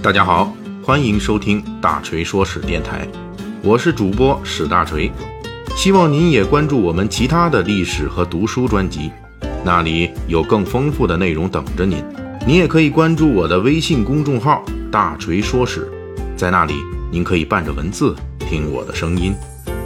大家好，欢迎收听大锤说史电台，我是主播史大锤，希望您也关注我们其他的历史和读书专辑，那里有更丰富的内容等着您。您也可以关注我的微信公众号大锤说史，在那里您可以伴着文字听我的声音。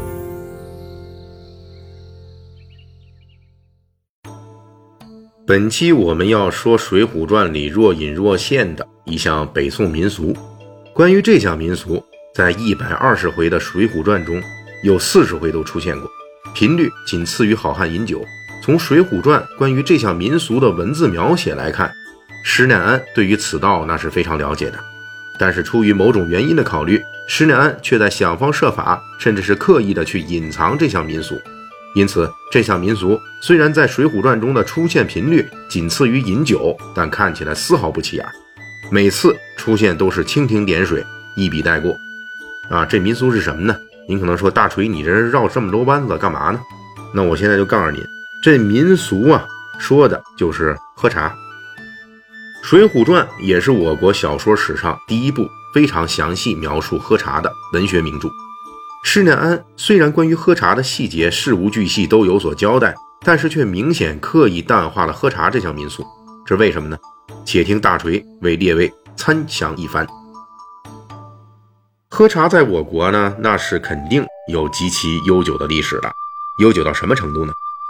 本期我们要说《水浒传》里若隐若现的一项北宋民俗。关于这项民俗，在120回的《水浒传》中有40回都出现过，频率仅次于好汉饮酒。从《水浒传》关于这项民俗的文字描写来看，施耐庵对于此道那是非常了解的，但是出于某种原因的考虑，施耐庵却在想方设法，甚至是刻意的去隐藏这项民俗。因此这项民俗虽然在《水浒传》中的出现频率仅次于饮酒，但看起来丝毫不起眼，每次出现都是蜻蜓点水，一笔带过。这民俗是什么呢？您可能说，大锤你这绕这么多弯子干嘛呢？那我现在就告诉您，这民俗说的就是喝茶。《水浒传》也是我国小说史上第一部非常详细描述喝茶的文学名著。施耐庵虽然关于喝茶的细节事无巨细都有所交代，但是却明显刻意淡化了喝茶这项民俗，这为什么呢？且听大锤为列位参详一番。喝茶在我国呢，那是肯定有极其悠久的历史的。悠久到什么程度呢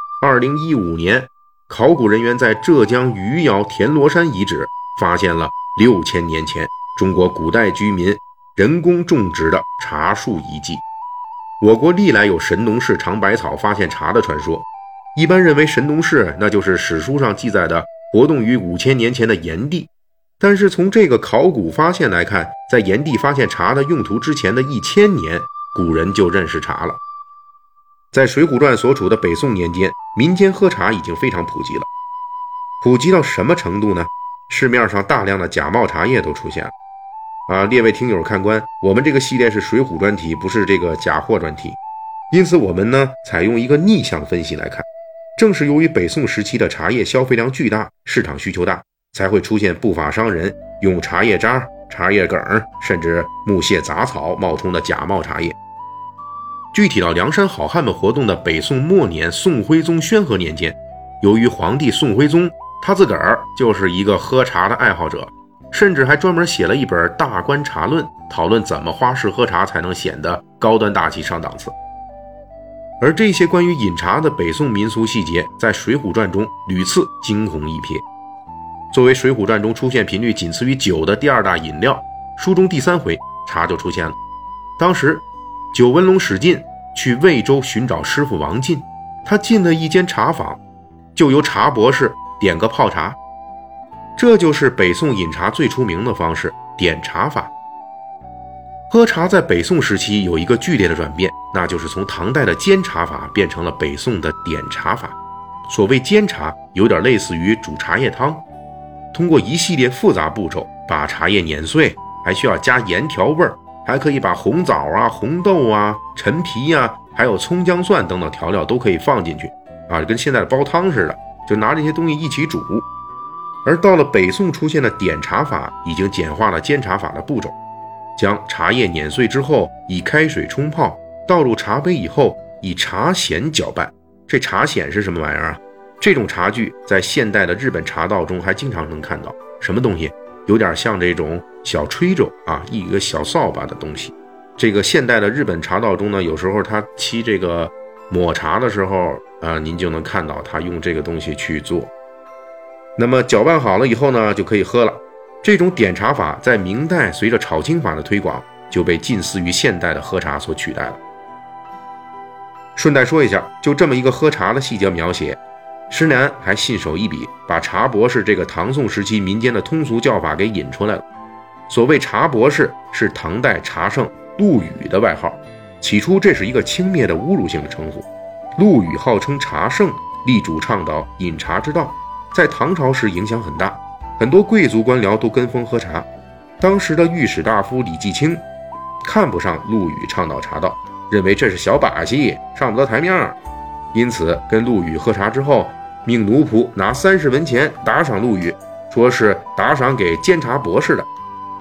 ？2015年考古人员在浙江余姚田螺山遗址发现了6000年前中国古代居民人工种植的茶树遗迹。我国历来有神农氏尝百草发现茶的传说，一般认为神农氏那就是史书上记载的活动于5000年前的炎帝，但是从这个考古发现来看，在炎帝发现茶的用途之前的1000年，古人就认识茶了。在《水浒传》所处的北宋年间，民间喝茶已经非常普及了。普及到什么程度呢？市面上大量的假冒茶叶都出现了。列位听友看官，我们这个系列是水浒专题，不是这个假货专题，因此我们呢采用一个逆向分析来看。正是由于北宋时期的茶叶消费量巨大，市场需求大，才会出现不法商人用茶叶渣、茶叶梗甚至木屑杂草冒充的假冒茶叶。具体到梁山好汉们活动的北宋末年宋徽宗宣和年间，由于皇帝宋徽宗他自个儿就是一个喝茶的爱好者，甚至还专门写了一本《大观茶论》，讨论怎么花式喝茶才能显得高端大气上档次。而这些关于饮茶的北宋民俗细节，在《水浒传》中屡次惊鸿一瞥。作为《水浒传》中出现频率仅次于酒的第二大饮料，书中第3回茶就出现了。当时九纹龙史进去魏州寻找师傅王进，他进了一间茶坊，就由茶博士点个泡茶。这就是北宋饮茶最出名的方式，点茶法。喝茶在北宋时期有一个剧烈的转变，那就是从唐代的煎茶法变成了北宋的点茶法。所谓煎茶，有点类似于煮茶叶汤，通过一系列复杂步骤把茶叶碾碎，还需要加盐调味，还可以把红枣红豆陈皮还有葱姜蒜等等调料都可以放进去跟现在的煲汤似的，就拿这些东西一起煮。而到了北宋出现的点茶法，已经简化了煎茶法的步骤，将茶叶碾碎之后以开水冲泡，倒入茶杯以后以茶筅搅拌。这茶筅是什么玩意儿这种茶具在现代的日本茶道中还经常能看到。什么东西？有点像这种小吹轴一个小扫把的东西。这个现代的日本茶道中呢，有时候他沏这个抹茶的时候您就能看到他用这个东西去做。那么搅拌好了以后呢，就可以喝了。这种点茶法在明代随着炒青法的推广，就被近似于现代的喝茶所取代了。顺带说一下，就这么一个喝茶的细节描写，施耐庵还信手一笔把茶博士这个唐宋时期民间的通俗叫法给引出来了。所谓茶博士是唐代茶圣陆羽的外号，起初这是一个轻蔑的侮辱性的称呼。陆羽号称茶圣，力主倡导饮茶之道，在唐朝时影响很大，很多贵族官僚都跟风喝茶。当时的御史大夫李继清看不上陆羽倡导茶道，认为这是小把戏，上不得台面，因此跟陆羽喝茶之后，命奴仆拿30文钱打赏陆羽，说是打赏给监察博士的。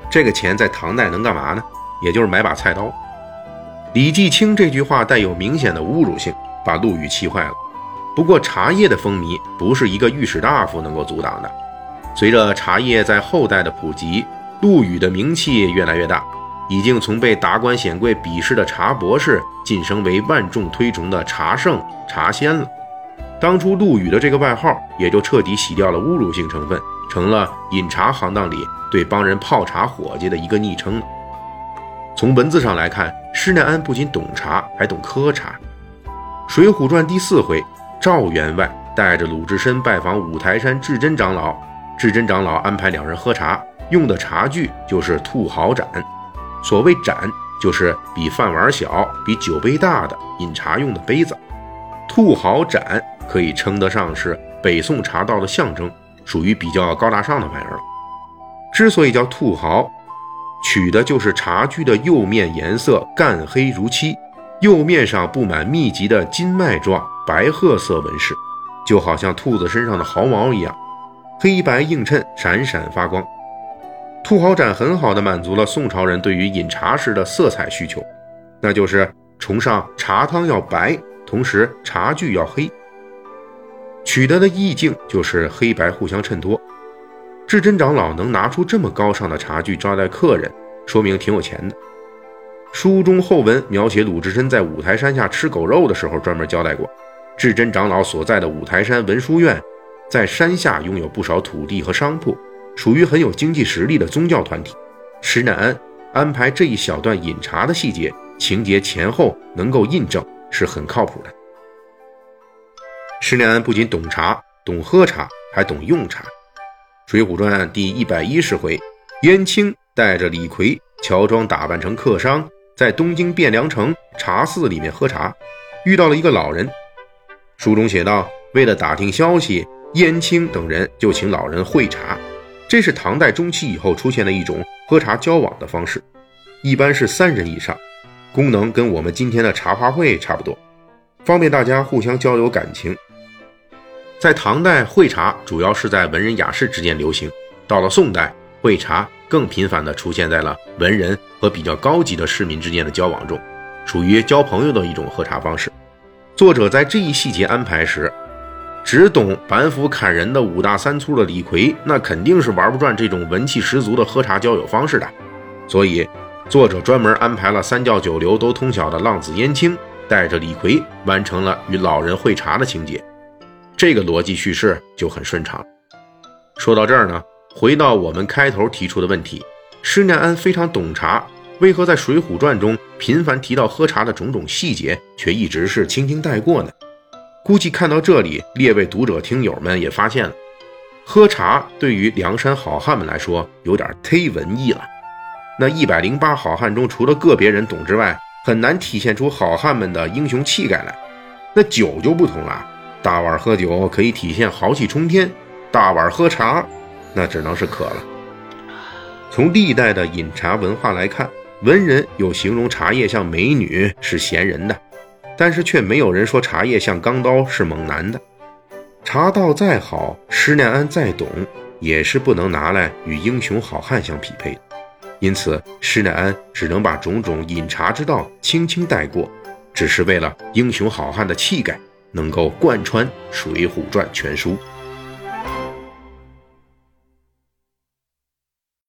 这个钱在唐代能干嘛呢？也就是买把菜刀。李继清这句话带有明显的侮辱性，把陆羽气坏了。不过茶叶的风靡不是一个御史大夫能够阻挡的。随着茶叶在后代的普及，陆羽的名气越来越大，已经从被达官显贵鄙视的茶博士晋升为万众推崇的茶圣、茶仙了。当初陆羽的这个外号也就彻底洗掉了侮辱性成分，成了饮茶行当里对帮人泡茶伙计的一个昵称了。从文字上来看，施耐庵不仅懂茶，还懂喝茶。水浒传第4回，赵员外带着鲁智深拜访五台山智真长老，智真长老安排两人喝茶，用的茶具就是兔毫盏。所谓盏，就是比饭碗小、比酒杯大的饮茶用的杯子。兔毫盏可以称得上是北宋茶道的象征，属于比较高大上的玩意儿了。之所以叫兔毫，取的就是茶具的釉面颜色干黑如漆，釉面上布满密集的金脉状白褐色纹饰，就好像兔子身上的毫毛一样，黑白映衬，闪闪发光。兔毫盏很好地满足了宋朝人对于饮茶时的色彩需求，那就是崇尚茶汤要白，同时茶具要黑。取得的意境就是黑白互相衬托。智真长老能拿出这么高尚的茶具招待客人，说明挺有钱的。书中后文描写鲁智深在五台山下吃狗肉的时候专门交代过，智真长老所在的五台山文殊院在山下拥有不少土地和商铺，属于很有经济实力的宗教团体。施耐庵安排这一小段饮茶的细节，情节前后能够印证，是很靠谱的。施耐庵不仅懂茶，懂喝茶，还懂用茶。水浒传第110回，燕青带着李逵乔装打扮成客商，在东京汴梁城茶肆里面喝茶，遇到了一个老人。书中写道，为了打听消息，燕青等人就请老人会茶。这是唐代中期以后出现的一种喝茶交往的方式，一般是3人以上，功能跟我们今天的茶话会差不多，方便大家互相交流感情。在唐代，会茶主要是在文人雅士之间流行，到了宋代，会茶更频繁地出现在了文人和比较高级的市民之间的交往中，属于交朋友的一种喝茶方式。作者在这一细节安排时，只懂板斧砍人的5大3粗的李逵，那肯定是玩不转这种文气十足的喝茶交友方式的。所以作者专门安排了3教9流都通晓的浪子燕青带着李逵完成了与老人会茶的情节，这个逻辑叙事就很顺畅。说到这儿呢，回到我们开头提出的问题，施耐庵非常懂茶，为何在《水浒传》中频繁提到喝茶的种种细节，却一直是轻轻带过呢？估计看到这里，列位读者听友们也发现了，喝茶对于梁山好汉们来说有点忒文艺了。那108好汉中，除了个别人懂之外，很难体现出好汉们的英雄气概来。那酒就不同了，大碗喝酒可以体现豪气冲天，大碗喝茶那只能是渴了。从历代的饮茶文化来看，文人有形容茶叶像美女是闲人的，但是却没有人说茶叶像钢刀是猛男的。茶道再好，施耐庵再懂，也是不能拿来与英雄好汉相匹配的。因此施耐庵只能把种种饮茶之道轻轻带过，只是为了英雄好汉的气概能够贯穿《水浒传》全书。